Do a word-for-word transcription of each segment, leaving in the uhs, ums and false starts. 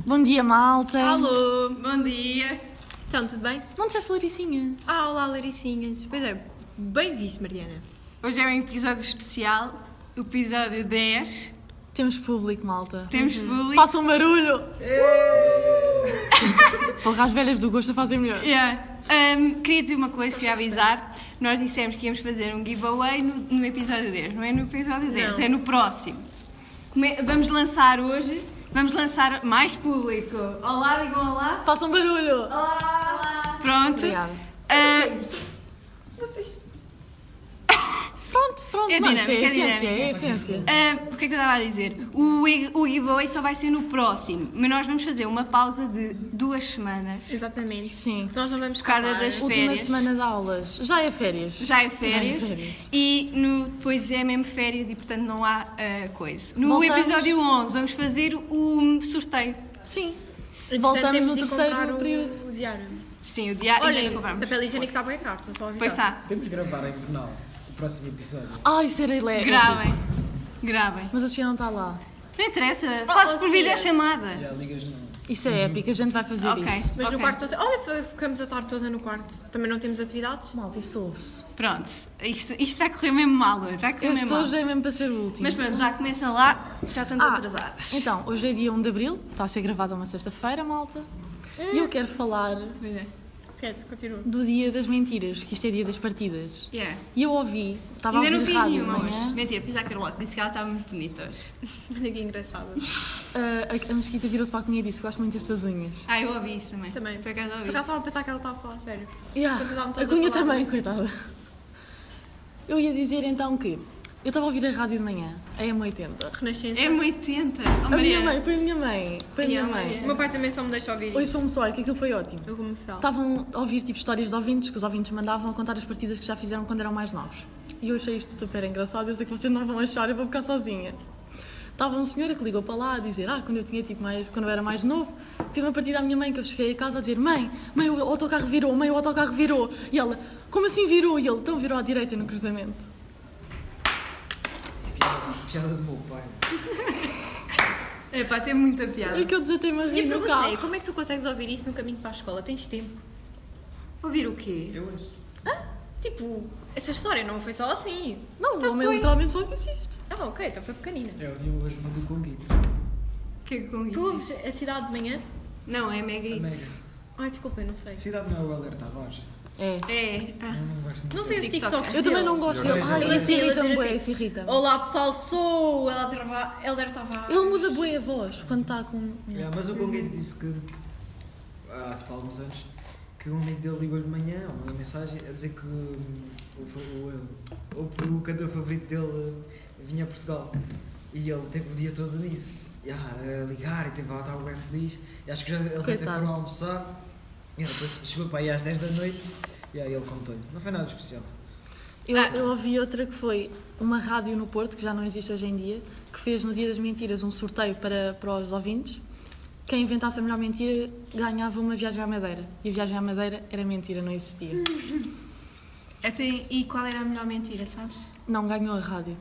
Bom dia, malta. Alô, bom dia. Então, tudo bem? Não disseste Laricinha? Ah, olá, Laricinhas. Pois é, bem visto, Mariana. Hoje é um episódio especial, o episódio dez. Temos público, malta. Temos público. Façam barulho! Porra, as velhas do gosto a fazem melhor. Yeah. Um, queria dizer uma coisa, queria avisar. Nós dissemos que íamos fazer um giveaway no, no episódio dez. Não é no episódio dez, Não. é no próximo. Come- Vamos lançar hoje, vamos lançar mais público. Olá, digam olá. Façam barulho! Olá. Pronto. Obrigada. Ah, Pronto, pronto. É Não, isto dinâmica, é a é essência, dinâmica. é a essência. Ah, o que é que eu estava a dizer? O, gi- o giveaway só vai ser no próximo, mas nós vamos fazer uma pausa de duas semanas. Exatamente. Sim. Nós não vamos Por causa cantar. das Última férias. semana de aulas. Já é férias. Já é férias, Já é férias. e no, depois é mesmo férias e portanto não há ah, coisa. No Voltamos. episódio onze vamos fazer o sorteio. Sim. Entretanto, Voltamos temos no de terceiro comprar o- período. O diário. Sim, o dia ainda Olha, não compramos. papel higiênico está bem caro, estou só a avisar. Pois está. Temos de gravar em Bernal o próximo episódio. Ah, isso era ilegal. Gravem. Gravem. Mas a Sofia não está lá. Não interessa, faz por Sofia. videochamada. E há ligas não. Isso é épico, a gente vai fazer Ok. isso. Mas Ok. no quarto, todo- olha, ficamos a tarde toda no quarto. Também não temos atividades? Malta, isso ouve-se. Pronto, isto, isto vai correr mesmo mal hoje, vai correr Este mesmo mal. hoje é mesmo para ser o último. Mas pronto, já começam lá, já estamos Ah, atrasadas. Então, hoje é dia um de Abril, está a ser gravado uma sexta-feira, malta. E eu quero falar Pois é. Esquece, continua. do dia das mentiras, que isto é dia das partidas. Yeah. E eu ouvi, estava Ainda a não ouvir fiz rádio nenhuma de manhã, hoje. Mentira, fiz a Carlota, disse que ela estava muito bonita hoje. Olha que engraçado. ah, a, a Mesquita virou-se para a Cunha e disse: gosto muito das tuas unhas. Ah, eu ouvi isso também. Também. Por acaso Por ouvi. acaso estava a pensar que ela estava a falar a sério. Yeah, Quando estávamos a todos a Cunha falar. também, coitada. Eu ia dizer então que eu estava a ouvir a rádio de manhã, a M oitenta. Renascença. É oitenta. Oh, A minha Mariana. mãe, foi a minha mãe, foi a minha Yeah, mãe. Mariana. O meu pai também só me deixa ouvir isso. Ouçam-me só, é que aquilo foi ótimo. Eu como fel. Estavam a ouvir tipo histórias de ouvintes que os ouvintes mandavam a contar as partidas que já fizeram quando eram mais novos. E eu achei isto super engraçado. Eu sei que vocês não vão achar, eu vou ficar sozinha. Estava um senhor que ligou para lá a dizer: Ah, quando eu tinha tipo mais, quando eu era mais novo, fiz uma partida à minha mãe que eu cheguei a casa a dizer: Mãe, mãe, o autocarro virou, mãe, o autocarro virou. E ela: Como assim virou? E ele: Então virou à direita no cruzamento. Piada, piada do meu pai. É pá, tem muita piada. É que eu desatei-me a E rir a no pergunta é, carro. como é que tu consegues ouvir isso no caminho para a escola? Tens tempo? Ouvir o quê? Eu hoje. Tipo, essa história não foi só assim. Não, Então o homem foi. literalmente só disse isto. Ah, ok, então foi pequenina. Eu ouvi hoje uma do Conguito. O que é que com Tu isso? ouves a cidade de manhã? Não, é Mega A Hits. Mega. Ai, desculpa, eu não sei. Cidade não é o Helder Tavares. É. É. Ah. Eu não gosto muito. Não foi os TikTok. TikToks Eu também não dele? gosto Eu dele. vejo. Ai, Ele isso assim, ele irrita-me, dizer bué, assim, isso irrita-me. Olá pessoal, sou o Helder Trava- Helder Tavares. Ele muda bué a voz quando está com... Yeah, mas o Conguito disse que há tipo, alguns anos que um amigo dele ligou-lhe de manhã, uma mensagem a dizer que hum, o, o, o, o cantor favorito dele uh, vinha a Portugal e ele teve o dia todo nisso. Yeah, a ligar e teve lá, estava bem feliz. E acho que já, eles até Coitado. foram almoçar e depois chegou para aí às dez da noite e aí ele contou-lhe. Não foi nada especial. Eu, Ah. eu ouvi outra que foi uma rádio no Porto, que já não existe hoje em dia, que fez no Dia das Mentiras um sorteio para, para os ouvintes. Quem inventasse a melhor mentira ganhava uma viagem à Madeira. E a viagem à Madeira era mentira, não existia. Até, e qual era a melhor mentira, sabes? Não, ganhou a rádio.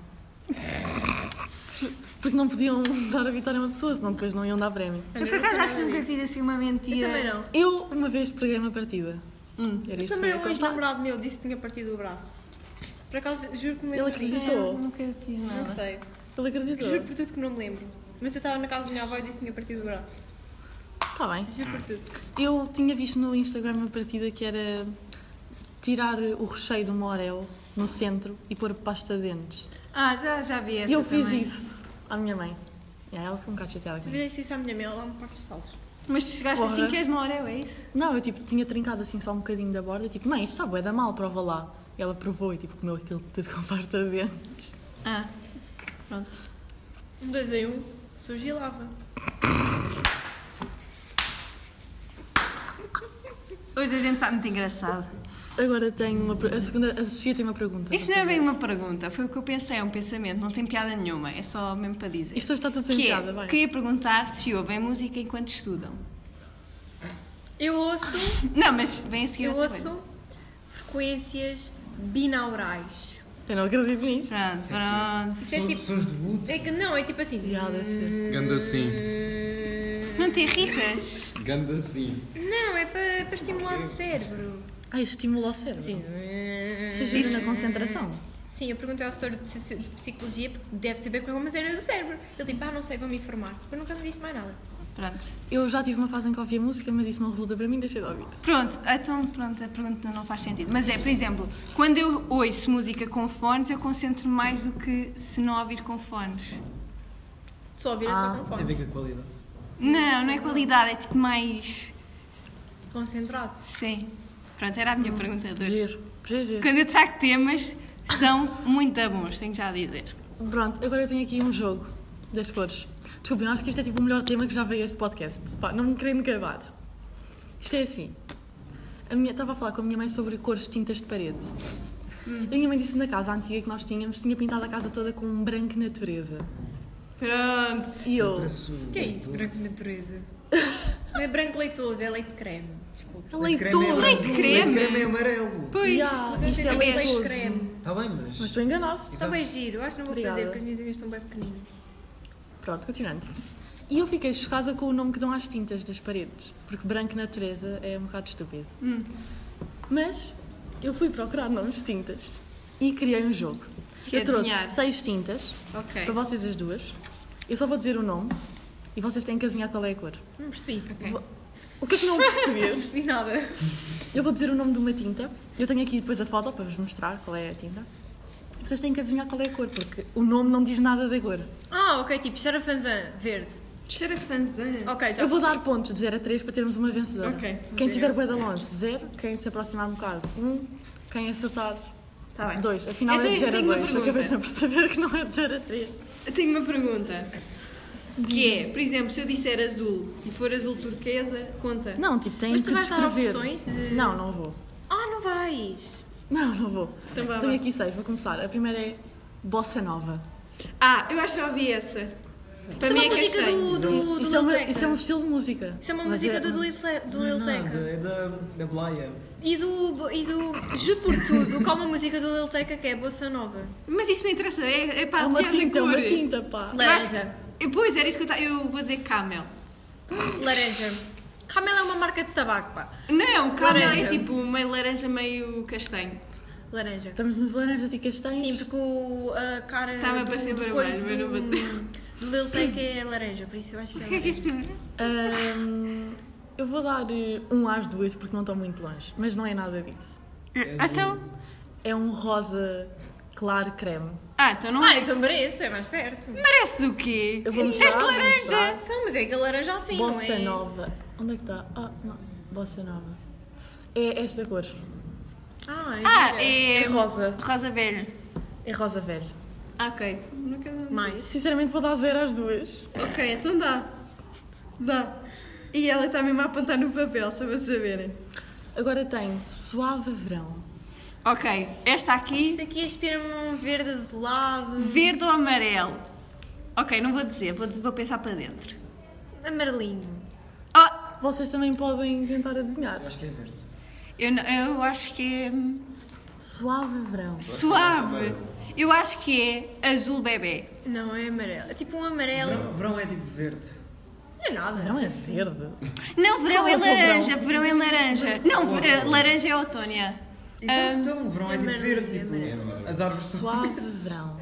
Porque não podiam dar a vitória a uma pessoa, senão depois não iam dar prémio. Eu por acaso acho que nunca fiz assim uma Eu mentira. também não. Eu, uma vez, preguei uma partida. Hum. Era Eu isto também que eu um ia contar. ex-namorado meu disse que tinha partido o braço. Por acaso, juro que me Ele lembro disso. acreditou. Eu nunca fiz Não nada. sei. Ele acreditou. Juro por tudo que não me lembro. Mas eu estava na casa da minha avó e disse que tinha partido o braço. Está bem. Juro por tudo. Eu tinha visto no Instagram uma partida que era tirar o recheio de uma Oreo no centro e pôr pasta de dentes. Ah, já, já vi essa E eu fiz também. isso à minha mãe. E aí ela ficou um bocado chateada Se comigo. fizesse isso à minha mãe, ela dá-me parte de salos. Mas chegaste Porra. assim que és uma Oreo, é isso? Não, eu tipo, tinha trincado assim só um bocadinho da borda. Tipo, mãe, isto sabe, é da mal, prova lá. E ela provou e tipo, comeu aquilo tudo com pasta de dentes. Ah, pronto. Um, dois em um, sujo e lava. Hoje a gente está muito engraçado. Agora tenho uma... per- A, segunda, a Sofia tem uma pergunta. Isto não é bem uma pergunta, foi o que eu pensei, é um pensamento, não tem piada nenhuma, é só mesmo para dizer. Isto hoje está tudo sem que piada, é, vai. queria perguntar se ouvem música enquanto estudam. Eu ouço, Não, mas vem a seguir eu outra ouço coisa. frequências binaurais. Eu não acredito nisto. Pronto, pronto. Isso é Sons- tipo- Sons de boot. É que não, é tipo assim. Já, deve ser. Ganda assim. Não te irritas? Ganda sim. Não, é para, para estimular o cérebro. Ah, estimula o cérebro. Sim. Isso ajuda na concentração. Sim, eu perguntei ao setor de soci- de psicologia, porque deve ter a ver com alguma cena do cérebro. Ele tipo, ah, não sei, vou-me informar. Eu nunca me disse mais nada. Pronto. Eu já tive uma fase em que ouvia música, mas isso não resulta para mim, deixei de ouvir. Pronto, então pronto, a pergunta não faz sentido. Mas é, por exemplo, quando eu ouço música com fones, eu concentro mais do que se não ouvir com fones. Só ouvir é Ah, só com Tem a fome. ver com a qualidade. Não, não é qualidade, é tipo mais. Concentrado. Sim. Pronto, era a minha pergunta de hoje. Giro, giro, giro. Quando eu trago temas, são muito bons, tenho já a dizer. Pronto, agora eu tenho aqui um jogo das cores. Desculpem, acho que este é tipo o melhor tema que já veio a este podcast. Pá, não me querendo acabar. Isto é assim. A minha, estava a falar com a minha mãe sobre cores de tintas de parede. Hum. E a minha mãe disse na casa antiga que nós tínhamos, tinha pintado a casa toda com um branco natureza. Pronto. E eu... Parece o- O que é isso, branco de natureza? Não é branco leitoso, é leite creme. Desculpa. É Leite creme é leitoso! Leite azul, creme. Leite creme é amarelo. Pois. Yeah, Mas eu isto é tenho leite leitoso. creme. Está bem, mas... Mas tu enganaste. Está bem giro, eu acho que não vou Obrigada. fazer porque as minhas unhas estão bem pequeninas. Pronto, continuando. E eu fiquei chocada com o nome que dão às tintas das paredes, porque branco natureza é um bocado estúpido. Hum. Mas eu fui procurar nomes de tintas e criei um jogo. Que é eu trouxe desenhar. seis tintas Ok. para vocês as duas. Eu só vou dizer o nome e vocês têm que adivinhar qual é a cor. Não percebi. Ok. Vou- O que é que não Não percebes? percebi nada. Eu vou dizer o nome de uma tinta. Eu tenho aqui depois a foto para vos mostrar qual é a tinta. Vocês têm que adivinhar qual é a cor, porque o nome não diz nada da cor. Ah, ok, tipo, xarafanzã, verde. Cheira fanzã. Ok, já Eu vou percebi. dar pontos de zero a três para termos uma vencedora. Ok. Quem estiver bem de longe, zero. Quem se aproximar um bocado, um. Quem acertar, Está bem. dois. Afinal Eu é de tenho- zero a tenho uma dois. pergunta. Acabei de perceber que não é de zero a três. Eu tenho uma pergunta. Que é, por exemplo, se eu disser azul e for azul turquesa, conta. Não, tipo, tem Mas que tu vais dar descrever. opções de... Não, não vou. Ah, não vais. Não, não vou. Então vá, Tenho vá. aqui seis, vou começar. A primeira é Bossa Nova. Ah, eu acho que já ouvi essa. Para Isso mim é é uma música castanho. do, do, do Isso é, uma, Lil Tecca. isso é um estilo de música. Isso é uma Mas música é- do Lil Te- do Não é Lil nada, Tecca. é da, da Blaia. E do, e do... Juro por tudo, qual uma música do Lil Tecca que é Bossa Nova? Mas isso não interessa, é, é É para uma piadas em tinta, é cor. uma tinta, pá. Eu acho- Laranja. eu- Pois, era isso que eu estava... Eu vou dizer camel. Laranja. Camel é uma marca de tabaco, pá. Não, camel é Laranja. tipo meio laranja, meio castanho. Laranja. Estamos nos laranjas e castanhos. Sim, porque o, a cara Estava a do, parecer do, vermelho, coisa mas não do, bateu. do Lil Tecca é laranja, por isso eu acho que é O que é que laranja. isso é? Ahm, eu vou dar eh, um às duas porque não estão muito longe, mas não é nada disso. É Então... azul. É um rosa claro creme. Ah, então não Ah, é. então merece, é mais perto. Parece o quê? Eu vou Disseste mostrar, vou laranja. mostrar. Então, mas é aquele laranja assim, não Bossa é? Nova. Onde é que está? Ah, não. Bossa Nova. É esta cor. Ah, é Ah, gira. é... É rosa. Rosa velho. É rosa velho. Ah, ok. Nunca Mais. Sinceramente vou dar zero às duas. Ok, então dá. Dá. E ela está mesmo a apontar no papel, só para saberem. Agora tem Suave Verão. Ok, esta aqui, Isto aqui aspira-me um verde azulado. verde ou amarelo? Ok, não vou dizer, vou, vou pensar para dentro. Amarelinho. Oh, Vocês também podem tentar adivinhar. Eu acho que é verde. eu, não- eu acho que é hum, Suave Verão. suave. Eu acho que é azul bebê. Não, é amarelo. É tipo um amarelo. Verão, verão é tipo verde. Não é nada. Não é verde. Não, verão Qual é é o teu laranja, verão? verão é laranja. Não, ver- eh, laranja é outono. Exato, então, o verão é tipo amarelinho, verde. Tipo, amarelo. as árvores estão... Suave Verão.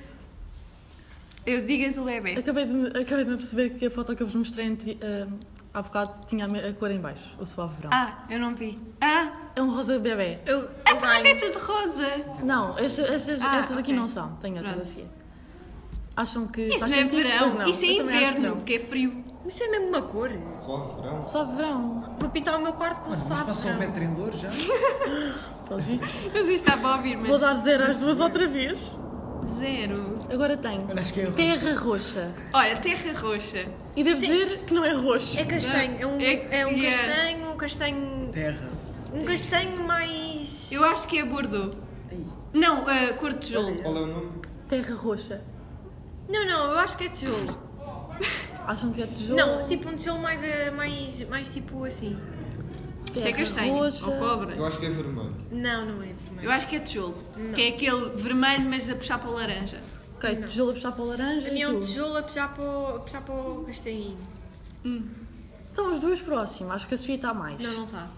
Eu digo azul bebê. Acabei de, me- acabei de me perceber que a foto que eu vos mostrei entre, ah, há bocado tinha a, me- a cor em baixo, o Suave Verão. Ah, eu não vi. Ah, É um rosa bebê. Eu, eu então mas é tenho. tudo rosa. Não, estas, estas, Ah, estas aqui ok. não são. Tenho outras Pronto. assim. Acham que Isso faz não é sentido? Pois verão, não. isso é Eu também acho que inverno, não. porque é frio. Isso é mesmo uma cor. Suave verão. Suave Verão. Vou pintar o meu quarto com o Mas suave. passou um metro em Lourdes já? Pelos vistos. Mas isso está para ouvir, mas... Vou dar zero às duas outra vez. Zero. Agora tenho Olha, acho que é roxo. Terra Roxa. Olha, terra roxa. E devo dizer que não é roxo. É castanho. É um, É- é um yeah. castanho, um castanho. Terra. Um castanho mais. Eu acho que é Bordeaux. Não, uh, cor de tijolo. Qual é o nome? Terra Roxa. Não, não, eu acho que é tijolo. Acham que é tijolo? Não, tipo um tijolo mais, eh, mais, mais tipo assim. Isso é Terra castanho, roxa. ou cobre. Eu acho que é vermelho. Não, não é vermelho. Eu acho que é tijolo. Que é aquele vermelho, mas a puxar para o laranja. Ok, tijolo a puxar para o laranja A mim e é um tu? tijolo a puxar para o, a puxar para o castanhinho. Estão as duas próximas, acho que a Sofia está mais. Não, não está.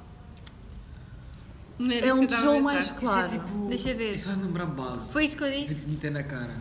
Não era É isso um que eu estava a tijolo pensar. mais Isso é claro. tipo. Deixa ver. Isso faz lembrar base. Foi isso que eu disse? Tipo, meter na cara.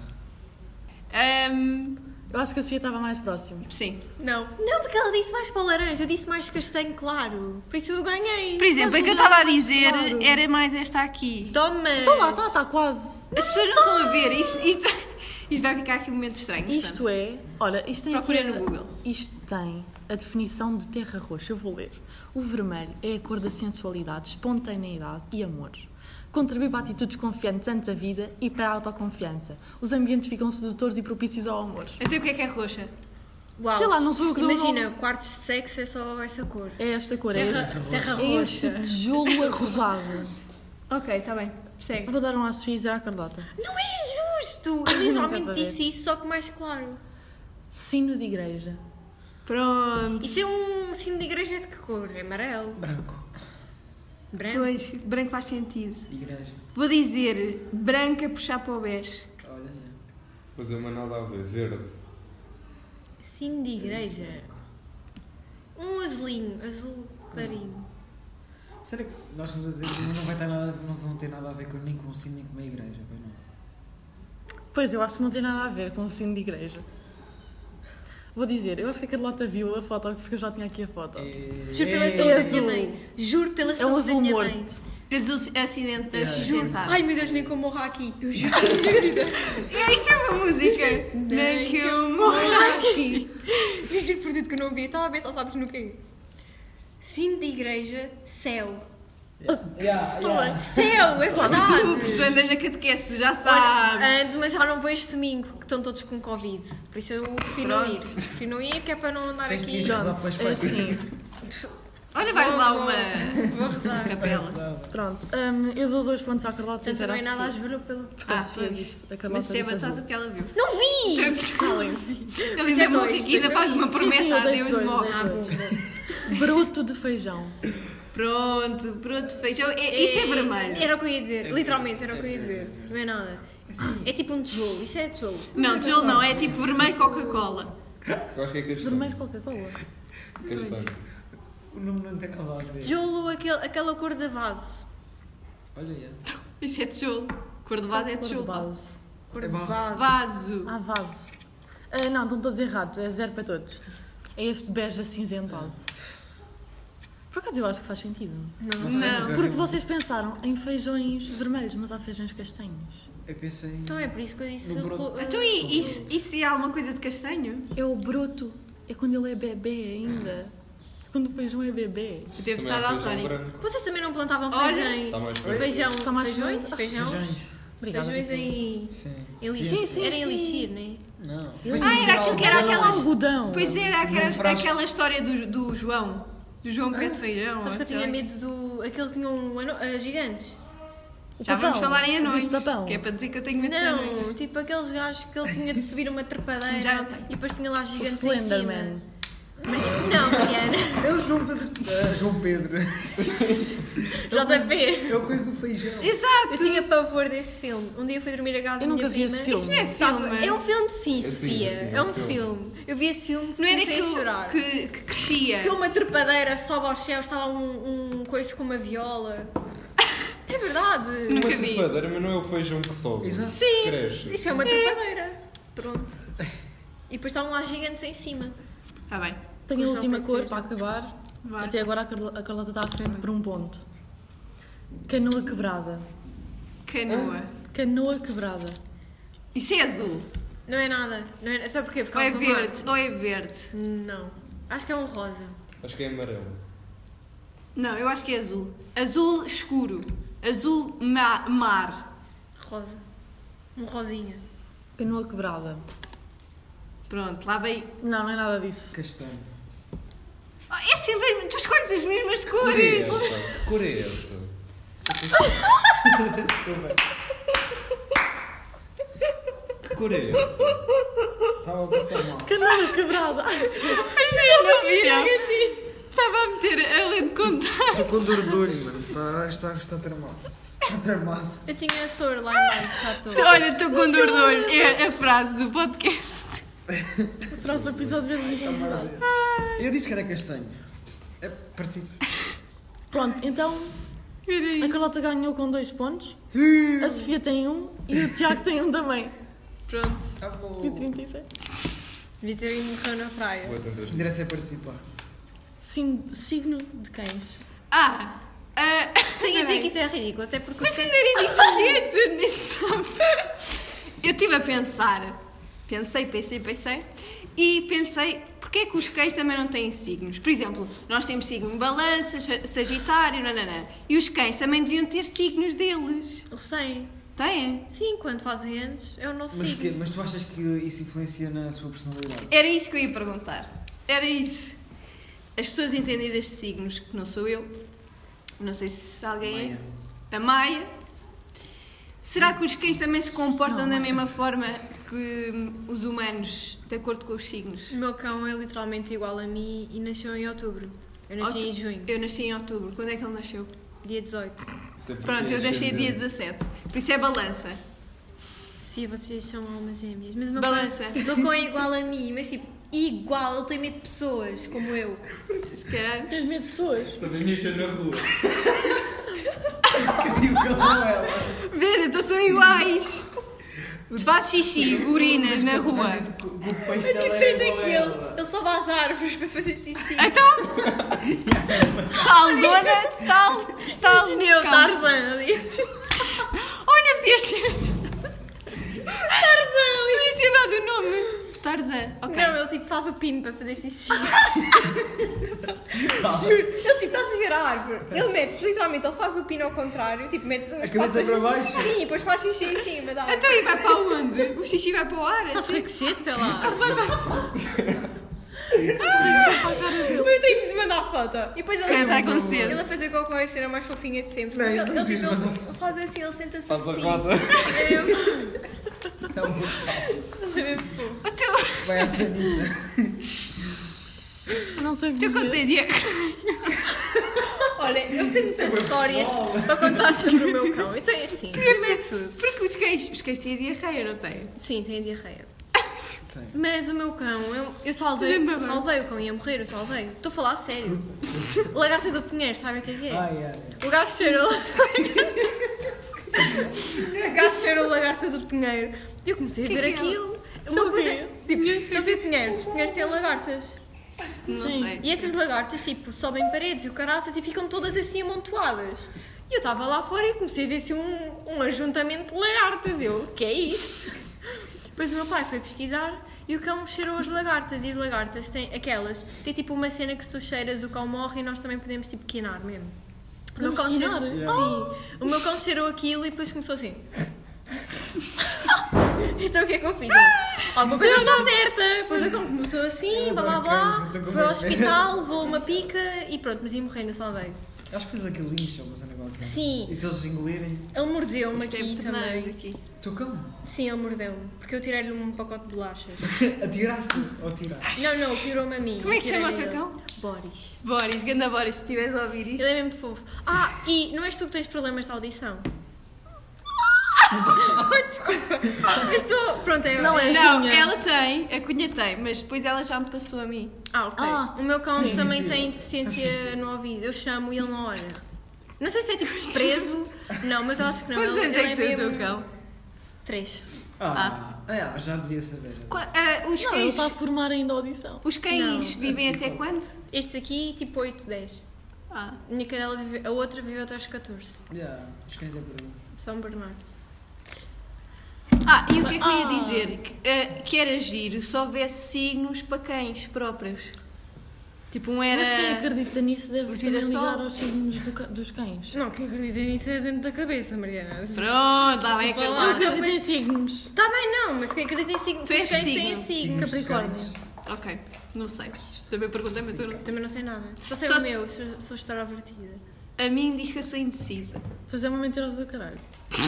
Ahm, Eu acho que a Sofia estava mais próxima. sim. Não. Não, porque ela disse mais para o laranja, eu disse mais castanho claro. Por isso eu ganhei. Por exemplo, Mas a que eu já estava a é mais dizer claro. era mais esta aqui. Toma! Está lá, está, está quase. As pessoas não estão a ver. Isto, isto, isto vai ficar aqui um momento estranho. Isto é, olha, isto tem Procurem aqui a- no Google. Isto tem a definição de terra roxa. Eu vou ler. O vermelho é a cor da sensualidade, espontaneidade e amor. Contribui para atitudes confiantes ante a vida e para a autoconfiança. Os ambientes ficam sedutores e propícios ao amor. Então o que é que é roxa? Uau. Sei lá, não sou eu que dou o Imagina, nome. quartos de sexo é só essa cor. É esta cor, é Terra, este, terra é este roxa. tijolo arrosado. Ok, está bem. Segue. Vou dar um à Sofia e dizer à Carlota. Não é justo! Eu Estás literalmente a ver? disse isso, só que mais claro. Sino de igreja. Pronto. Isso é um sino de igreja de que cor? É amarelo. Branco. Branco. Pois, branco faz sentido. Igreja. Vou dizer branca puxar para o bege. Olha. Pois é, mas nada a ver. Verde. Sino de igreja. Um azulinho, azul clarinho. Será que nós estamos a dizer que não vai ter nada, não vão ter nada a ver com, nem com o sino nem com a igreja, pois não? Pois, eu acho que não tem nada a ver com o sino de igreja. Vou dizer, eu acho que a Carlota viu a foto porque eu já tinha aqui a foto. É... Juro pela é- saúde da azul. minha mãe. Juro pela É um saúde da azul minha mãe. morto. Azul acidente, É, acidentado. Ai meu Deus, nem que eu morra aqui. Eu juro pela minha vida. É, isso é uma música. Nem que eu morra aqui. Eu juro por tudo que eu não ouvi. Estava a pensar, sabes no quê? Sino de igreja, céu. Yeah, Tá yeah. Céu, é Tu, tu verdade. andas na catequese, tu já Olha, sabes. ando, mas já não vou este domingo, que estão todos com Covid. Por isso eu prefiro não ir. Pronto. Prefiro não ir, que é para não andar Disseste que aqui. ias rezar Pronto, para as é partes. assim. Olha, vais Vou- lá vou- uma Vou rezar. capela. Pronto, hum, eu dou dois pontos à Carlota e Portanto, zero à também nada a Sofia. juro pelo. Porque a Ah, Sofia pois. disse, a Mas Carlota isso é disse batata azul. porque ela viu. Não vi! Calem-se. Ele Isso é ainda morre dois, e ainda faz uma Sim, sim, promessa eu a dei Deus dois, morre. dei dois. Broto de feijão. Pronto, pronto, feijão. É, isso é vermelho. Era o que eu ia dizer, É literalmente verde, era o que eu ia é dizer. verde, Não é nada. É tipo um tijolo, isso é tijolo. Não, tijolo não, é tipo vermelho Coca-Cola. Eu acho que é castanho. Vermelho Coca-Cola. Castanho. O nome não tem nada a ver. Tijolo, aquele, aquela cor de vaso. Olha aí. Isso é tijolo. Cor de vaso é Cor de tijolo. base. Cor É de bom. vaso. Vaso. Ah, vaso. Ah, não, estão todos errados. É zero para todos. É este bege acinzentado. Por acaso eu acho que faz sentido. Não. sei, Não, nunca Porque vi. vocês pensaram em feijões vermelhos, mas há feijões castanhos. Eu pensei. Então é por isso que eu disse. No broto. ro- Então e isso, isso é alguma coisa de castanho? É o broto. É quando ele é bebê ainda. Quando o feijão é bebê. Eu devo Também estar há feijão daltónico. branco. Vocês também não plantavam Olha. feijão? Está mais perto. Feijão. Está mais feijões? perto. Feijão? Feijões. Obrigada. Feijões Vitor. em. Sim. Em Sim, lixir. sim, Era em sim. lixir, não é? Não. Ah, era aquilo que era aquela- algodão. Pois era, aquela, Num frasco. aquela história do, do João. Do João Pedro Feijão. Sabes que eu tinha medo do. Aquele que tinha um. ano- ah, gigantes. O Já vamos papão. falar em anões. Viste papão? Que é para dizer que eu tenho medo de anões. Não, tipo aqueles gajos que ele tinha de subir uma trepadeira Já não tenho. e depois tinha lá O gigantes em cima. Slenderman. Não, Mariana. É o João Pedro. Ah, João Pedro. J P. É o coisa do feijão. Exato. Eu tinha pavor desse filme. Um dia fui dormir a casa Eu da nunca minha vi prima. esse filme. Isso não é Estava- filme. É um filme sim, É sim, Sofia. é sim, É um filme. Eu vi esse filme, Não era comecei a aquilo chorar. que, que crescia. Que uma trepadeira sobe aos céus, está lá um, um coisa com uma viola. É verdade. Nunca Uma vi isso. trepadeira, mas não é o feijão que sobe. Exato. Sim. Cresce. Isso é uma trepadeira. Pronto. E depois estavam lá gigantes em cima. Está bem. Tenho a João última Pedro cor Feijão. para acabar. Vai. Até agora a Carlo- a Carlota está à frente por um ponto. Canoa quebrada. Canoa. Canoa quebrada. Isso é azul. Não é nada. Não é... Sabe porquê? Por Ou é causa do mar. verde. Ou é verde. Não. Acho que é um rosa. Acho que é amarelo. Não, eu acho que é azul. Azul escuro. Azul ma- mar. Rosa. Um rosinha. Canoa quebrada. Pronto, lá vem. Não, não é nada disso. Castanho. Ah, é sempre. Tu escolhes as mesmas Que cor é cores. essa? Que cor é essa? Desculpa. Que cor é essa? Estava a passar mal. Canoa quebrada. Ai, Mas já não viram? Estava a meter a lente de contar. Estou com dor de olho, mano. Está, está, está tramado. Está tramado. Eu tinha a sor lá em baixo, já estou. Olha, estou com dor de olho. É a frase do podcast. O próximo episódio vai vir convidado. Eu disse que era castanho. É parecido. Pronto, então Peraí. a Carlota ganhou com dois pontos, a Sofia tem um e o Tiago tem um também. Pronto. Ah, vou... E trinta e sete. Devia ter ido morrer na praia. Vou tentar. O interesse é participar. Sim, signo de cães. Ah! ah Tenho a dizer peraí. que isso é ridículo, até porque Mas os eu cães... nem disse o quê? Tu nem sabe. Eu estive a pensar. Pensei, pensei, pensei. E pensei, porquê é que os cães também não têm signos? Por exemplo, nós temos signo em balança, sagitário, nananã. E os cães também deviam ter signos deles. Eles têm. Têm? Sim, quando fazem anos, eu não Mas, sigo. que, mas tu achas que isso influencia na sua personalidade? Era isso que eu ia perguntar. Era isso. As pessoas entendem destes signos, que não sou eu. Não sei se alguém Maia. é. A Maia. Será que os cães também se comportam Não, da Maia. mesma forma que hum, os humanos, de acordo com os signos? O meu cão é literalmente igual a mim e nasceu em outubro. Eu nasci Outu- em junho, Eu nasci em outubro. Quando é que ele nasceu? dia dezoito. Pronto, eu nasci dia dezassete. Por isso é balança. Sofia, vocês são almas gêmeas. Mas o meu Balança. cão, o meu cão é igual a mim, mas tipo, igual, ele tem medo de pessoas, como eu. Se calhar. Tens medo de pessoas? Quando mexer na rua. Que digo com ela. Vês, então são iguais. Tu fazes xixi, urinas na rua. O peixe dela é Fez igual a aquilo, ela. ele só vai às árvores para fazer xixi. Então. Tal dona, tal. Tal. Imaginei o cão. Tarzan ali. Olha, podias ter. Tarzan! Podias ter dado o nome. Tarzan, ok. Não, ele tipo faz o pino para fazer xixi. Juro, ele tipo está a ver a árvore. Ele mete-se, literalmente, ele faz o pino ao contrário, tipo mete A cabeça para baixo. Sim, e depois faz xixi em cima da árvore. Então e vai para onde? O xixi vai para o ar? Faz Assim? ricochete, sei lá. Ele. Eu tenho que lhes mandar foto. E depois Se ele, calhar está a acontecer. ele a fazer cocô é a cena mais fofinha de sempre. Não, isso ele, não ele, precisa tipo, mandar ele faz assim, ele senta-se Faz a assim. roda. É, É um brutal. O teu, Vai à sanita. Não sei o o que teu dizer. conto dia. olha, eu tenho muitas histórias para contar sobre o meu cão. Então é assim, primeiro de tudo. Porque os cães, os cães têm diarreia, não têm? Sim, tem diarreia. Tem. Mas o meu cão, eu, eu salvei, Fazendo eu bem. salvei, o cão ia morrer, eu salvei. Estou a falar a sério. Lagarta do Pinheiro, sabem o que é que é? Ai, ai. O gajo cheirou. O gajo cheirou lagarta do Pinheiro. E eu comecei a Que ver que é? aquilo. Isso é Uma o coisa. quê? Tipo, estão a ver pinheiros? Os pinheiros têm lagartas. Não Sim. sei. E essas lagartas, tipo, sobem paredes e o caraças e ficam todas assim amontoadas. E eu estava lá fora e comecei a ver assim um, um ajuntamento de lagartas. Eu, o que é isto? Depois o meu pai foi pesquisar e o cão cheirou as lagartas. E as lagartas têm aquelas. Tem tipo uma cena que se tu cheiras o cão morre e nós também podemos tipo quinar mesmo. O meu Podemos cão quinar? cheirou- Sim. O meu cão cheirou aquilo e depois começou assim. Então o que é que eu fiz? Eu, alguma coisa não está certa. Depois o cão começou assim, Eu blá blá adoro blá. cães, muito Foi ao bem. hospital, levou uma pica e pronto, mas ia morrendo, eu salvei. Acho que depois aquilo lincha uma cena qualquer. Sim. E se eles engolirem? Ele mordeu-me Isto é aqui veterinário também. aqui. Tu cão? Sim, ele mordeu-me. Porque eu tirei-lhe um pacote de bolachas. Atiraste ou tiraste? Não, não, ele tirou-me a mim. Como é que chama o Tirei-lhe teu ele. cão? Boris. Boris, ganda Boris, se estiveres a ouvir isto. Ele é mesmo fofo. Ah, e não és tu que tens problemas de audição? Eu estou... Pronto, é... Não é. Não, Cunha. ela tem, a Cunha tem, mas depois ela já me passou a mim. Ah, ok. Ah, o meu cão sim, também sim. tem deficiência no ouvido. Eu chamo e ele não olha. Não sei se é tipo desprezo. Não, mas eu acho que não. Quantos ele, anos ele é que tem o mesmo- teu cão? Três. Ah, ah. mas já devia saber. Já Qua- devia ah, os Não, ele cães, está a formar ainda a audição. os cães Não, vivem é até possível. quando? Este aqui, tipo oito, dez. Ah, A minha cadela vive... A outra viveu até aos catorze. saber. Yeah, os cães é por aí. São Bernardo. ah e o que é que eu ia Ah. dizer? Que, ah, que era giro se houvesse signos para cães próprios. Tipo, um era... Mas quem acredita nisso deve o também girassol. ligar aos signos do ca- dos cães. Não, quem acredita nisso é dentro da cabeça, Mariana. Pronto, lá vem a Desculpa lá. Eu Carlota. acredito em signos. Tá bem, não, mas quem acredita em signo... Tu és os cães signo. têm signo. Signos de Capricórnio. cães. Ok, não sei. Também perguntei, mas eu não... Também não sei nada. Só sei Só o se- meu, sou, sou extrovertida. A mim diz que eu sou indecisa. Vocês é uma mentirosa do caralho.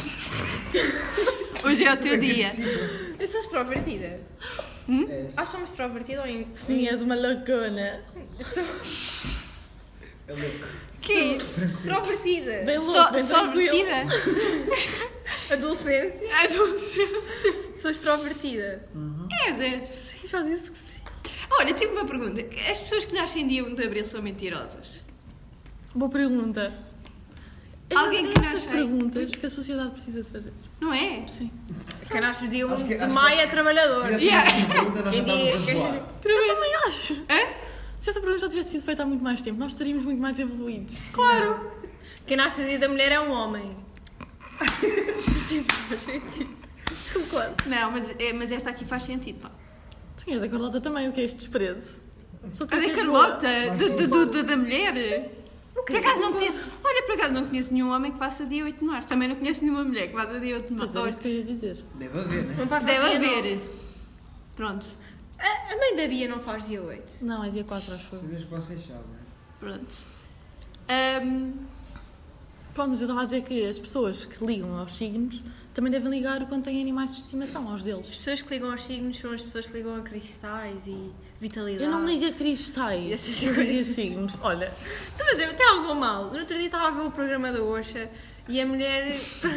Hoje é o teu dia. Eu sou extrovertida. É. Acham-me extrovertida ou em... Sim, és uma loucona. Eu sou É louco. Que? extrovertida. Bem louco, Só, bem só tranquilo. divertida? Adolescência. Ah, não sei. Sou extrovertida. merdas. Sim, já disse que sim. Olha, tenho uma pergunta. As pessoas que nascem dia um de Abril são mentirosas? Boa pergunta. É Alguém uma que dessas nasce- perguntas que a sociedade precisa de fazer. Não é? Sim. Quem nasce dia um Acho que- de acho maio que- é trabalhador. Se tivesse Yeah. essa pergunta, nós já estávamos a voar. Eu também acho. Hã? Se essa pergunta já tivesse sido feita há muito mais tempo, nós estaríamos muito mais evoluídos. Claro. Quem nasce dia da mulher é um homem. Claro. Não, mas, é- mas esta aqui faz sentido, pá. Tu conheces a Carlota também, o que é este desprezo? Só tu A que da és Carlota, boa. de- de- do- da- da mulher. Por acaso não conheço. Olha, por acaso não conheço nenhum homem que faça dia oito de março. Também não conheço nenhuma mulher que faça dia oito de Mas março. era isso que eu ia dizer. Deve haver, né? Meu pai faz Deve dia haver. nove. Pronto. A, a mãe da Bia não faz dia oito. Não, é dia quatro, acho eu. Sabias que vocês sabem. Pronto. Ahm, Pronto, mas eu estava a dizer que as pessoas que ligam aos signos também devem ligar quando têm animais de estimação aos deles. As pessoas que ligam aos signos são as pessoas que ligam a cristais e vitalidade. Eu não ligo a cristais, Essas eu ligo a signos. Olha, Então, mas eu tenho algo mal. No outro dia estava a ver o programa da Osha e a mulher.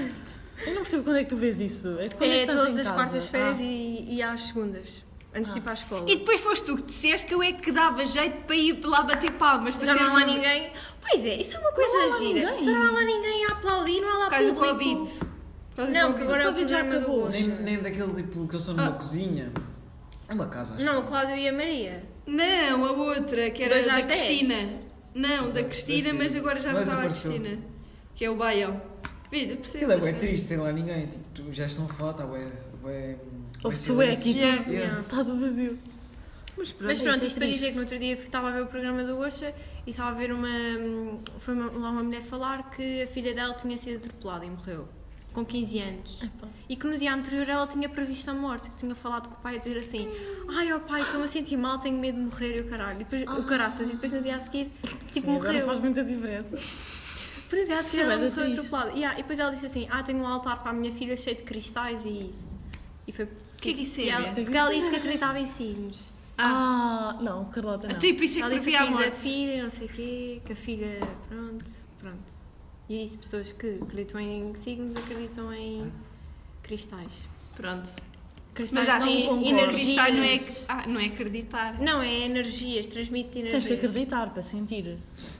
eu não percebo quando é que tu vês isso. É, quando é, É que estás todas em as casa? quartas-feiras Ah. e, e às segundas. Antes de ir para a escola. e depois foste tu que disseste que eu é que dava jeito para ir lá bater palmas. Para Já ser não há lá uma- ninguém. Pois é, isso é uma coisa Não há lá gira. ninguém. Já não há lá ninguém a aplaudir, não há lá Por causa do público. Covid. Por causa do Não, Covid. que agora é o Covid já programa do acabou. Osha. Nem, nem daquele tipo que eu sou numa cozinha. É uma casa, acho. Não, o Cláudio e a Maria. Não, a outra, que era Dois da às dez. Cristina. Não, da Exato, Cristina, deve mas ser agora isso. já não Mas estava a apareceu. Cristina. Que é o Baião. Vida, percebes? Aquilo é bem triste, sem lá ninguém. Tipo, tu já estão a falar, está bem. bem Houve sueco e Yeah. tudo. Yeah. Está tudo vazio. Mas pronto, isso é isto para triste. dizer que no outro dia estava a ver o programa do Osha e estava a ver uma. Foi uma, lá uma mulher falar que a filha dela tinha sido atropelada e morreu. Com quinze anos. Epá. E que no dia anterior ela tinha previsto a morte, que tinha falado com o pai a dizer assim: ai, ó pai, estou-me a sentir mal, tenho medo de morrer e o caralho. E depois, o caraças, e depois no dia a seguir, tipo, Sim, agora morreu. faz muita diferença. Por isso, a Sim, seguir ela mas é morreu triste. atropelada. Yeah, e depois ela disse assim: ah, tenho um altar para a minha filha cheio de cristais e isso. E foi. que é que isso é, E ela- Bia? Porque ela disse que acreditava em signos. Ah, não, Carlota não. Então, e por isso é Ela que disse prefiro a a filha da morte. filha, não sei o quê, que a filha. Pronto, pronto. E é isso, pessoas que acreditam em signos acreditam em cristais. Pronto. Cristais Mas acho têm que concordo. energias. cristal não é, ah, não é acreditar. Não, é energias, transmite energias. Tens que acreditar para sentir.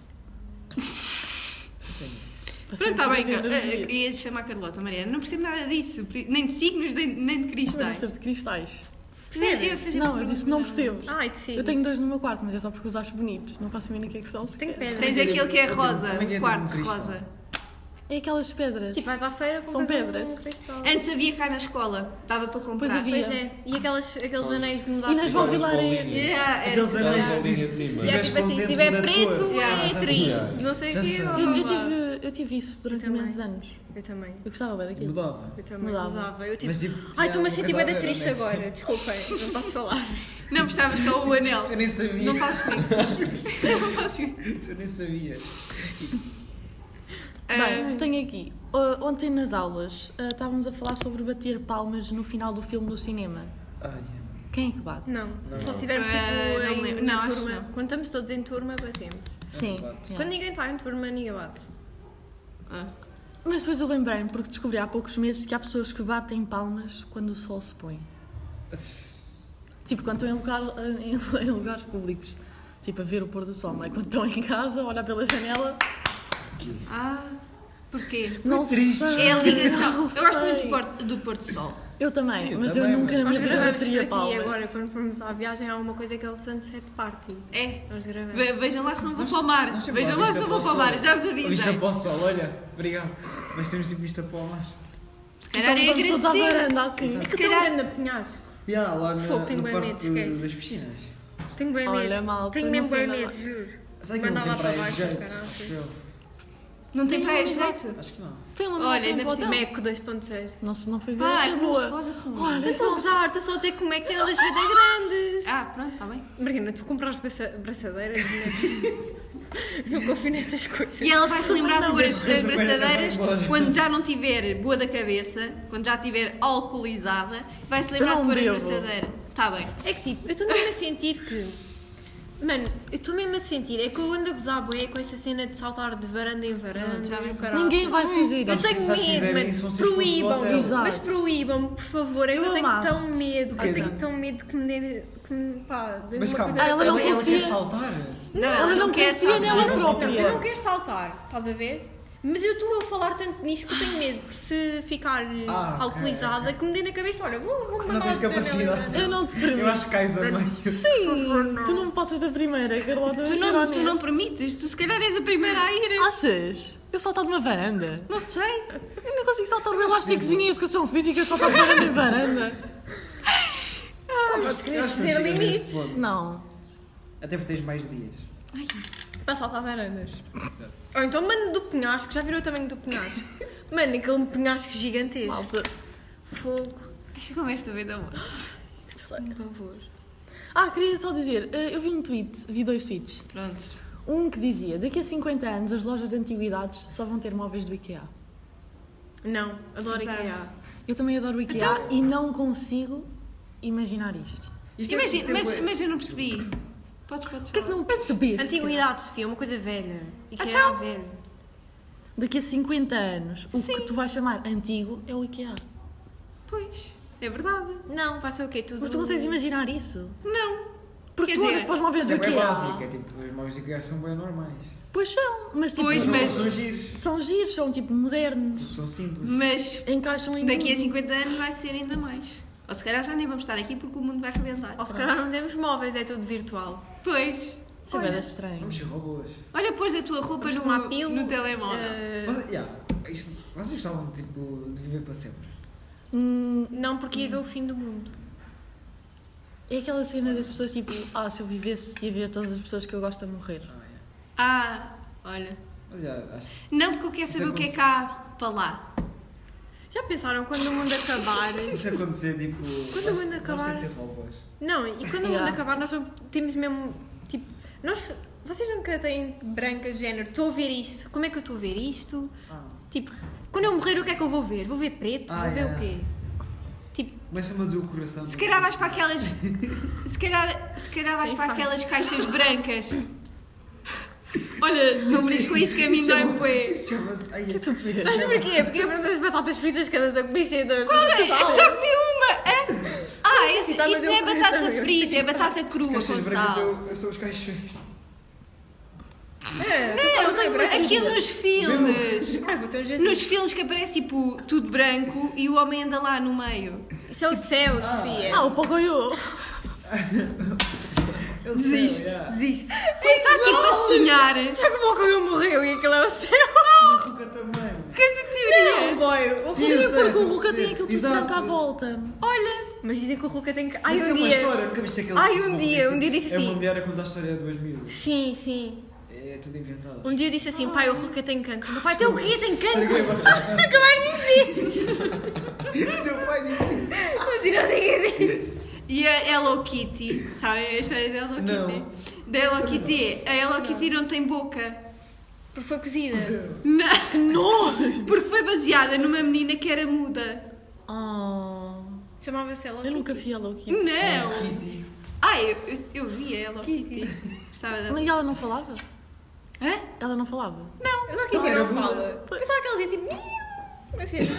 Para Pronto, está bem, sentir as Car- energias. eh, ia chamar Carlota Mariana. Não percebo nada disso. Nem de signos, nem, nem de Eu não cristais. percebo de cristais. Percebes? Eu ia fazer Não, uma eu disse não pergunta. percebes. Ai, de signos. Eu tenho dois no meu quarto, mas é só porque os acho bonitos. Não faço a mínima ideia que são. Tenho sequer. pedras. Tens Também aquele que é tem- rosa, também tem o quarto tipo um cristal. rosa. É aquelas pedras. Tipo, vais à feira com São pedras. Um cristal. Antes havia cá na escola, dava para comprar. Pois havia. Pois é. E aqueles, aqueles anéis de mudar E nas de cor. vão vilar é... Yeah, é- Aqueles anéis Aquelas que dizem, bolinhas se assim, E é estiveres tipo assim, se contente, tiver muda de preto, cor. Yeah, é já triste. sei. Não sei Já o quê. sei. blá, Eu, blá, eu, blá. tive, eu tive isso durante Eu também. imensos anos. Eu também. Eu gostava bem daquilo. Mudava. Eu também Mudava. mudava. Eu tipo, Mas, tipo, ai, estou-me a tinha sentir uma bem coisa a ver, triste né? agora. Desculpem, não posso falar. Não precisava só o anel. Tu nem sabias. Não faz comigo. Não faz comigo. Tu nem sabias. Bem, tenho aqui. Uh, ontem nas aulas uh, estávamos a falar sobre bater palmas no final do filme no cinema. Ai, Quem é que bate? Não, Não. só se estivermos Ah, não tipo me em, lembro. na Não, acho turma. não. Quando estamos todos em turma, batemos. Sim. bate. yeah. Quando ninguém está em turma, ninguém bate. Ah. Mas depois eu lembrei-me, porque descobri há poucos meses que há pessoas que batem palmas quando o sol se põe. Tipo, quando estão em, lugar, em, em lugares públicos. Tipo, a ver o pôr do sol, não é? Quando estão em casa, olhar pela janela. Ah, porquê? Não triste. sei, É a ligação. não Eu gosto muito sei. do Porto, do Porto do Sol. Eu também, Sim, eu mas também, eu nunca mas- na Nós minha vida gravamos bateria por aqui palmas. agora, quando formos à viagem, há uma coisa que é o Sunset Party. É. Nós gravamos. Ve- Vejam lá se não vou Nós- para o mar. nós temos Vejam lá lá se vista não vou para para o o mar. sol. Já vos Vista avisei. para o sol, olha. Obrigado. Mas temos tipo vista para o mar. Se calhar é Então vamos todos à agradecer. varanda assim. Exato. É Se que eu calhar- tenho grande penhasco. E há lá na, Fogo, tenho no bem parque medo, de- esquece. das piscinas. Tenho bem medo. Olha, malta, Tenho não mesmo sei bem nada. medo, juro. Sabe que ele Manda não lá tem para praia de baixo, jeito? caralho. Acho eu. Não tem Tem praia de uma jeito? Acho que não. Tem uma Olha, Olha, ainda frente ao por hotel. Meco dois ponto zero. Não, se não foi ver, Pá, achei não boa. se goza comigo. Olha, Não estou a usar, estou só a dizer como é que tem ondas bem grandes. Ah, pronto, está bem. Marina, tu compraste braça- braçadeiras? Né? Não confio nessas coisas. E ela vai se lembrar de pôr as das braçadeiras vai embora. quando já não tiver boa da cabeça, quando já estiver alcoolizada, vai se lembrar Eu de não pôr as bebo. braçadeiras. Está bem. É que tipo, eu estou mesmo a sentir que Mano, eu estou mesmo a sentir, é que eu ando a gozar bué com essa cena de saltar de varanda em varanda. Não, já e me o caralho. Ninguém vai fazer Eu isso. Sabes- tenho sabes que medo, fizerem mano. isso, vão ser expulsos do Proíbam-me, hotel. Exato. mas proíbam-me, por favor. Eu, Eu tenho amarro-te. tão medo, Ok. eu tenho tão medo que me dê. Que me, pá, dê Mas uma calma, coisa. Ah, ela ela, não ela confia. quer saltar? Não, Ela não quer confia saber. nela eu, não, própria. eu não quero saltar, estás a ver? Mas eu estou a falar tanto nisto que eu tenho medo que se ficar eh, Ah, ok, alcoolizada, ok. que me dê na cabeça, olha, vou, vou Não mandar tens dizer capacidade. Eu não te permito. Eu acho que cais a meio. Sim, tu não me passas da primeira, Carlota. Tu não, tu não permites, tu se calhar és a primeira a ir. Achas? Eu saltar de uma varanda? Não sei. Eu não consigo saltar o elásticozinho em educação física, saltar de varanda em varanda. Podes querer Eu acho que não ceder chegas nesse limites ponto. Não. Até porque tens mais dias. para saltar varandas. Certo. Ou então, mano, do penhasco, já virou o tamanho do penhasco? Mano, aquele penhasco gigantesco. Malta. Fogo. Esta conversa veio da onde? Por favor. Ah, queria só dizer, eh, eu vi um tweet, vi dois tweets. Pronto. Um que dizia, daqui a cinquenta anos as lojas de antiguidades só vão ter móveis do IKEA. Não, adoro Verdade. IKEA. Eu também adoro o IKEA e não consigo imaginar isto. Isto é- Imagina, isto é mas, bué- mas eu não percebi. Podes, podes O que é que falar. não percebeste? Antiguidade, Sofia, uma coisa velha. IKEA Então. é velho. Daqui a cinquenta anos, o Sim. que tu vais chamar antigo é o IKEA. Pois, é verdade. Não, vai ser o quê? Tudo... Mas tu consegues imaginar isso? Não. Porque Quer tu dizer, olhas para os móveis Mas do é bem IKEA. básico, é tipo, os móveis de IKEA são bem normais. Pois são, mas tipo, Pois, São- mas- São giros, são giros, são tipo modernos, são simples. Mas encaixam em daqui a tudo. cinquenta anos vai ser ainda mais. Ou se calhar já nem vamos estar aqui porque o mundo vai arrebentar. Ou se calhar não temos móveis, é tudo virtual. Pois. Isso é Olha, bem estranho. Vamos ser robôs. olha, pôs a tua roupa Vamos no, tomar pílula. no telemóvel. Eh, Vocês, yeah, isto, vocês gostavam tipo, de viver para sempre? Hum, Não, porque ia ver o fim do mundo. é aquela cena das pessoas tipo, ah, se eu vivesse ia ver todas as pessoas que eu gosto a morrer. Ah, yeah. Ah, olha. Mas yeah, acho Não, porque eu quero Se saber o que é acontecer- que há para lá. Já pensaram quando o mundo acabar? que se acontecer, tipo. Quando vamos- o mundo acabar- Vamos ter de ser robôs. Não, e quando o mundo Yeah. acabar nós só temos mesmo, tipo, nós, vocês nunca têm brancas de género, estou a ver isto, como é que eu estou a ver isto? Ah, Tipo, quando eu morrer o que é que eu vou ver? Vou ver preto? Ah, vou ver yeah. o quê? Tipo, começa-me a doer o coração. Se calhar vais para aquelas. Se calhar, se calhar vais Sim, para faz. aquelas caixas brancas. Olha, não me diz com isso que a mim dói-me bué. Isso chama-se. Ai, é tu dizes? sabes porquê? Porque é para as batatas fritas que andas a comer cheia de... Qual é? Só comi uma! é? Ah, esse, Tá, mas isso não é eu- batata eu- frita, é batata crua Caixas com brancas, sal. eu, eu sou os caixões. É, Eu tenho uma Aquilo dúvida. nos filmes. Ai, vou ter um Jesus. Nos filmes que aparece tipo tudo branco e o homem anda lá no meio. Isso é o céu, Sofia. Ah, o Pocoyo. Eu Desiste, sei, yeah. desiste. Quando está tipo a sonhar. Só que o Boca morreu e aquilo é o céu. O Ruka também. Grande teoria. boy. O Sim, Sim, eu sei, porque estou o a Luca perceber. tem aquilo tudo Exato. branco à volta. Olha, Mas dizem que o Ruka tem que... Ai, Isso é um uma dia... história, nunca viste aquele. Ai, um dia, um dia disse É uma assim. mulher a contar a história de duas miúdas. Sim, sim. É tudo inventado. Um dia disse assim, pai, o Ruka tem cancro. O meu pai, teu quê? Tem Estraguei a cancro? vossa infância. Acabar de dizer. Teu pai disse isso. Mas não digas isso. e a Hello Kitty, sabem a história da Hello Não. Kitty? Da Hello Kitty, a Hello Kitty não tem boca. Porque foi cozida. Não. Nojo! Porque foi baseada numa menina que era muda. Oh, Chamava-se ela. eu nunca vi a Loki. Não! Kitty. Ah, eu, eu, eu vi a Hello Kitty. Gostava dela. Mas ela não falava? Hã? Ela não falava? Não, ela aqui Não, não era fala. Pensava que ela dizia tipo... "Miau". Mas é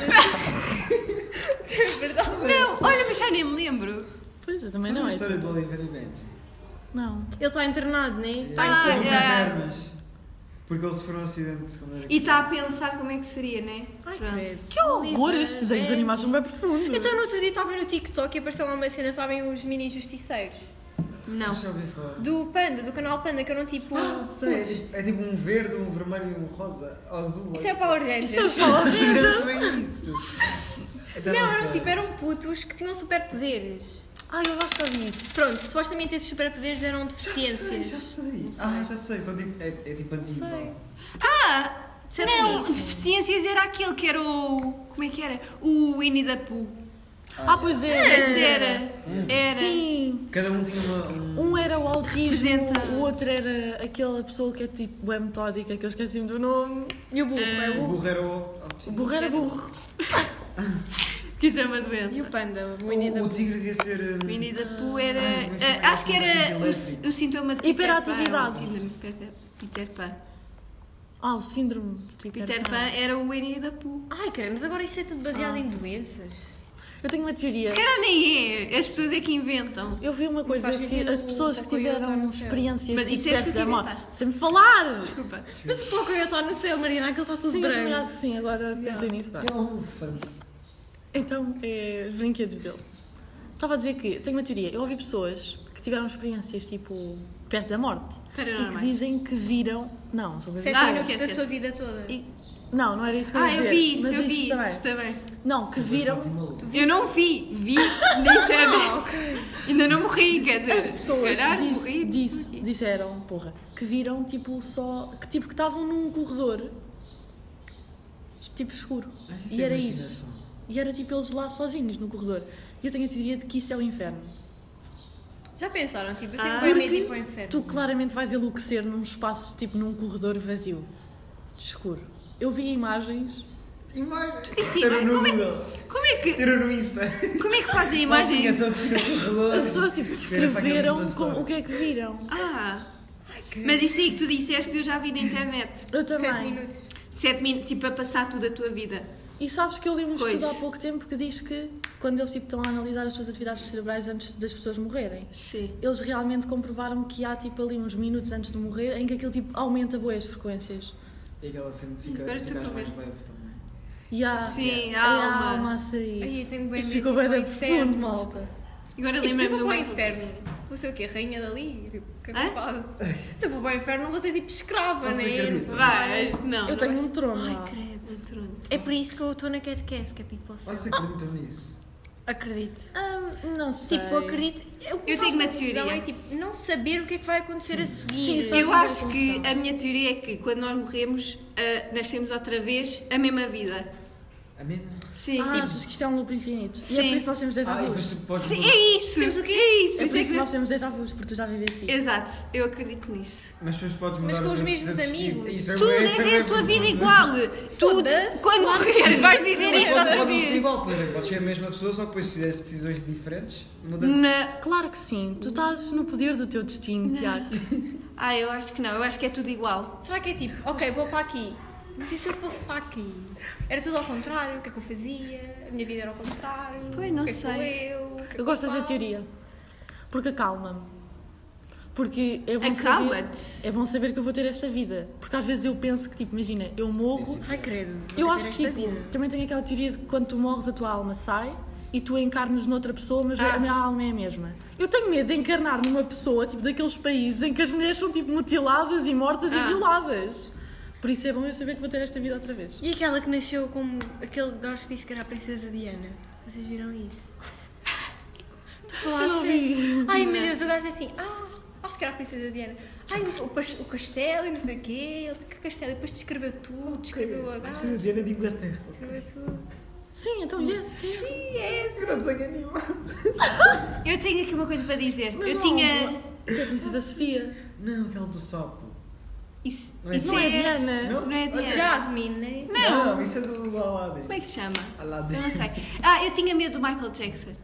é verdade. Não, olha, mas já nem me lembro. Pois, eu também Sabe não. a É história isso. do Oliver e Benji? Não. Ele está internado, não é? Ah, Ele não tem é. pernas. Porque ele sofreu um acidente quando era E está a criança. pensar como é que seria, né? Ai, Pronto. credo. Que horror, estes desenhos animados são bem profundos. Então, no outro dia estava no TikTok e apareceu lá uma cena, sabem, os mini justiceiros? Não. Deixa eu ouvir falar. Do Panda, do canal Panda, que eram tipo... Sei, é putos. tipo, é tipo um verde, um vermelho e um rosa. Azul. Isso é Power Rangers. Isso é só. Não é isso. Então, Não, eram sei. tipo, eram putos que tinham superpoderes. Ai, eu acho que ouvi isso. Pronto, supostamente esses superpoderes eram Já sei, deficiências. já sei. Ah, já sei. São tipo, é, é tipo antigo. Sei. Ah! Isso é Não, isso. deficiências era aquele que era o. Como é que era? O Winnie the Pooh. Ah, pois é. Esse era. Era. Sim. Cada um tinha uma. Um, Um era o autismo, Representa- o outro era aquela pessoa que é tipo bem metódica, que eu esqueci-me do nome. E o burro, é o O burro. burro era o. O burro era burro. Que isso é uma doença. E o panda? O O, Winnie the o Pooh? tigre devia ser. hum, Winnie the Pooh era. Ai, como é que se chama? ah, acho que Aquele era síndrome o, elétrico. o sintoma de Peter Hiperatividade. Pan. O síndrome de Peter, Peter Pan. Ah, o síndrome de Peter, Peter Pan era o Winnie the Pooh. Ai, caramba, mas agora isto é tudo baseado Ah. em doenças. Eu tenho uma teoria. Se calhar nem é. As pessoas é que inventam. Eu vi uma coisa faz que sentido as o- pessoas o que Coyote estar tiveram no céu. experiências Mas tipo, isso és tu perto que da morte. inventaste. Deixa-me falar! Desculpa. Mas se pouco eu estou no céu, Mariana, aquilo está tudo Sim, eu também branco. acho que sim, agora pensei nisso. pá. É um elefante. Então, é os brinquedos dele. Estava a dizer que, tenho uma teoria, eu ouvi pessoas que tiveram experiências tipo perto da morte e que Paranormais. dizem que viram. Não, são coisas Sete Ah, minutos esquece. da sua vida toda. E- Não, não era isso que eu ia Ah, dizer. eu vi isso, mas eu vi também. isso também. Não, que viram. Eu não vi, vi na internet. Ainda não morri, quer dizer. As pessoas se calhar disse- morri. disse- disseram, porra, que viram tipo só. Que tipo que estavam num corredor tipo escuro. Ah, isso E é era imaginação. isso. E era tipo eles lá sozinhos no corredor. E eu tenho a teoria de que isso é o inferno. Já pensaram? Tipo, eu Ah, sempre bem medo Porque de ir para o inferno. tu claramente vais enlouquecer num espaço, tipo num corredor vazio, escuro. Eu vi imagens. Imagem. Sim, Tira no como é- Google. Como é que, Tira no Insta. como é que fazem a Maltinha, imagem? estou aqui no corredor. As pessoas tipo Espera para a descreveram canalização. com o que é que viram. Ah, mas isso aí que tu disseste eu já vi na internet. Eu Sete também. minutos. Sete minutos, tipo, a passar tudo a tua vida. E sabes que eu li um Pois. estudo há pouco tempo que diz que quando eles tipo, estão a analisar as suas atividades cerebrais antes das pessoas morrerem, Sim. eles realmente comprovaram que há tipo ali uns minutos antes de morrer em que aquilo tipo aumenta bué as frequências. E aquela cena de ficar, Agora estou ficares com mais medo. leve também. E há, Sim, e a há alma. alma a sair. Ai, eu tenho bem Isto medo ficou de ir bem para o da fundo, inferno. malta. Agora Tipo, se eu lembrei-me for do para o Michael inferno, Jackson. vou ser o quê? Rainha dali? Tipo, o que é que Hã? eu faço? Se eu for para o inferno, não vou ser tipo escrava, Você né? acredita? Vai, não. Eu tenho não um trono Ai, lá. credo. Um trono. É por isso que eu estou na Catcast, que é tipo você. Vocês acreditam nisso? Acredito. Hum, não sei. Tipo, acredito. O que Eu faz tenho uma confusão teoria. É tipo, não saber o que é que vai acontecer a seguir. Sim, isso vai- Eu faz acho muita que confusão. a minha teoria é que quando nós morremos, ah, nascemos outra vez a mesma vida. A mesma? Sim, Ah, tipo, achas que isto é um loop infinito? E Sim. é por isso que nós temos déjà Ah, e depois vus. tu podes. sim, é isso. Temos o quê? É isso. É por por isso isso que é nós temos déjà vus, porque tu já viveste que... isso. Exato, eu acredito nisso. Mas depois podes Mas mudar com os de- mesmos de destino. amigos. Isso Tudo bué- é, isso é bué a tua vida profundo. igual. Tu, Foda-se. quando morreres, vais viver Mas isto pode, outra pode não ser vez. igual, por exemplo, pode ser a mesma pessoa, só que depois se fizeres decisões diferentes, muda-se. Na... Claro que sim, tu estás no poder do teu destino, Tiago. Ah, eu acho que não. Eu acho que é tudo igual. Será que é tipo, ok, vou para aqui. Mas e se eu fosse para aqui? Era tudo ao contrário? O que é que eu fazia? A minha vida era ao contrário? Pois, não o que é que sou sei. eu? O que é que Eu gosto dessa faço? teoria. Porque acalma-me. Porque é bom saber, Acalma-te. é bom saber que eu vou ter esta vida. Porque às vezes eu penso que, tipo, imagina, eu morro. Ai, credo. Eu vou acho ter que, esta tipo, vida. também tenho aquela teoria de que quando tu morres a tua alma sai e tu encarnas noutra pessoa, mas Ah. a minha alma é a mesma. Eu tenho medo de encarnar numa pessoa, tipo, daqueles países em que as mulheres são, tipo, mutiladas e mortas Ah. e violadas. Por isso é bom eu saber que vou ter esta vida outra vez. E aquela que nasceu como aquele gajo que disse que era a Princesa Diana? Vocês viram isso? Estou a falar Eu não a sério. vi. Ai meu Deus, o gajo é assim, ah, acho que era a Princesa Diana. Ai, o, o pas- o castelo e não sei o quê, ele, que castelo, e depois descreveu tudo, descreveu a Precisa gaja, de Diana de Inglaterra. descreveu tudo. Sim, então, yes. yes. Sim, é esse. Eu não desenho animado. Eu tenho aqui uma coisa para dizer. Mas eu não, tinha. Isso é a Princesa Sofia. Não, aquela do sapo. Isso, Não é isso Não é é. Diana. Não? Não é Diana. Jasmine, né? Não. isso é do Aladdin. Como é que se chama? Aladdin. Eu não sei. Ah, eu tinha medo do Michael Jackson.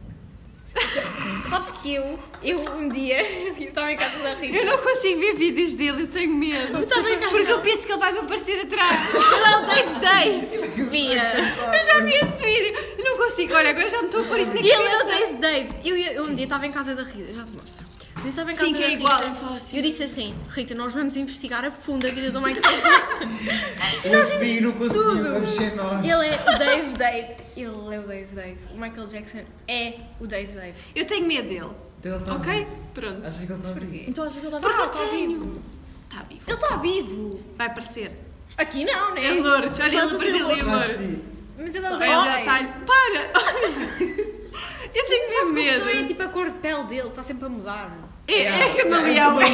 Sabes que eu, eu um dia, eu estava em casa da Rita. Eu não consigo ver vídeos dele, eu tenho medo. Estava em casa. Porque eu penso que ele vai me aparecer atrás. Ele é o Dave Dave. Sofia. Eu já vi esse vídeo. Eu não consigo. Olha, agora já me estou a pôr isso na E ele é o cabeça. Dave Dave. Eu, ia- eu um dia estava em casa da Rita, já te mostro. Eu estava em casa Sim, que da é Rita. igual, eu falo assim. Eu disse assim, Rita, nós vamos investigar a fundo a vida do Michael Jackson. O F B I não conseguiu a mexer nós. Ele é o Dave Dave. Ele é o Dave Dave. O Michael Jackson é o Dave Dave. Eu tenho medo dele. Então ele está Ok? vivo. Pronto. Achas que ele está vivo? Então acho que ele Porque está eu está tenho. Está vivo. Ele está vivo. Vai aparecer. Aqui não, né? É o Lourdes. Olha ele a perder ali o Atrás de Lourdes. ti. Mas ele é o Olha Dave o Dave. detalhe. Para! Eu tenho mesmo Medo. É medo. tipo a cor de pele dele, que está sempre a mudar. É, é camaleão. Mas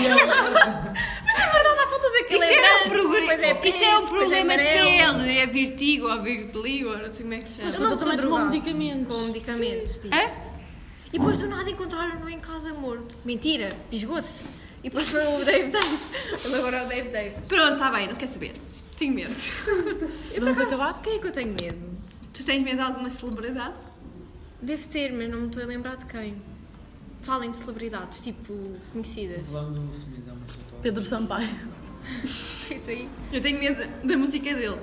na verdade há fotos aquilo Isso é é, um branco, progr... depois é preto, Isso é um depois problema de amarelo. pele. É vertigo ou vertiligo, ou não sei como é que se Mas chama. depois ele não também estou tomou drogado. medicamentos. Com medicamentos, tipo. É? E depois do nada encontraram-no em casa morto. Mentira, pisgou-se. E depois foi o Dave Dave. Ele agora é o Dave Dave. Pronto, está bem, não quer saber. Tenho medo. E por Vamos acaso, acabar? Quem é que eu tenho medo? Tu tens medo de alguma celebridade? Deve ter, mas não me estou a lembrar de quem. Falem de celebridades, tipo, conhecidas. Lá no Sumido, dá uma tatuagem. Pedro Sampaio. Isso aí. Eu tenho medo da música dele.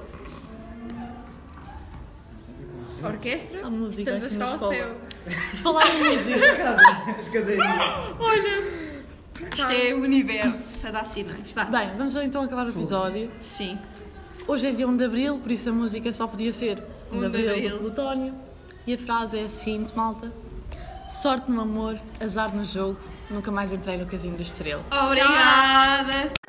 Sabe como se chama? Orquestra? A música Estamos a aqui chegar na ao escola. céu. Falar em música. Escada, escadaria. Olha! Isto é o universo a dar sinais. Vá. Bem, vamos então acabar o episódio. Sim. Hoje é dia um de Abril, por isso a música só podia ser um de um de Abril Abril. do Plutónio. E a frase é a seguinte, malta. Sorte no amor, azar no jogo, nunca mais entrei no casino da estrela. Obrigada!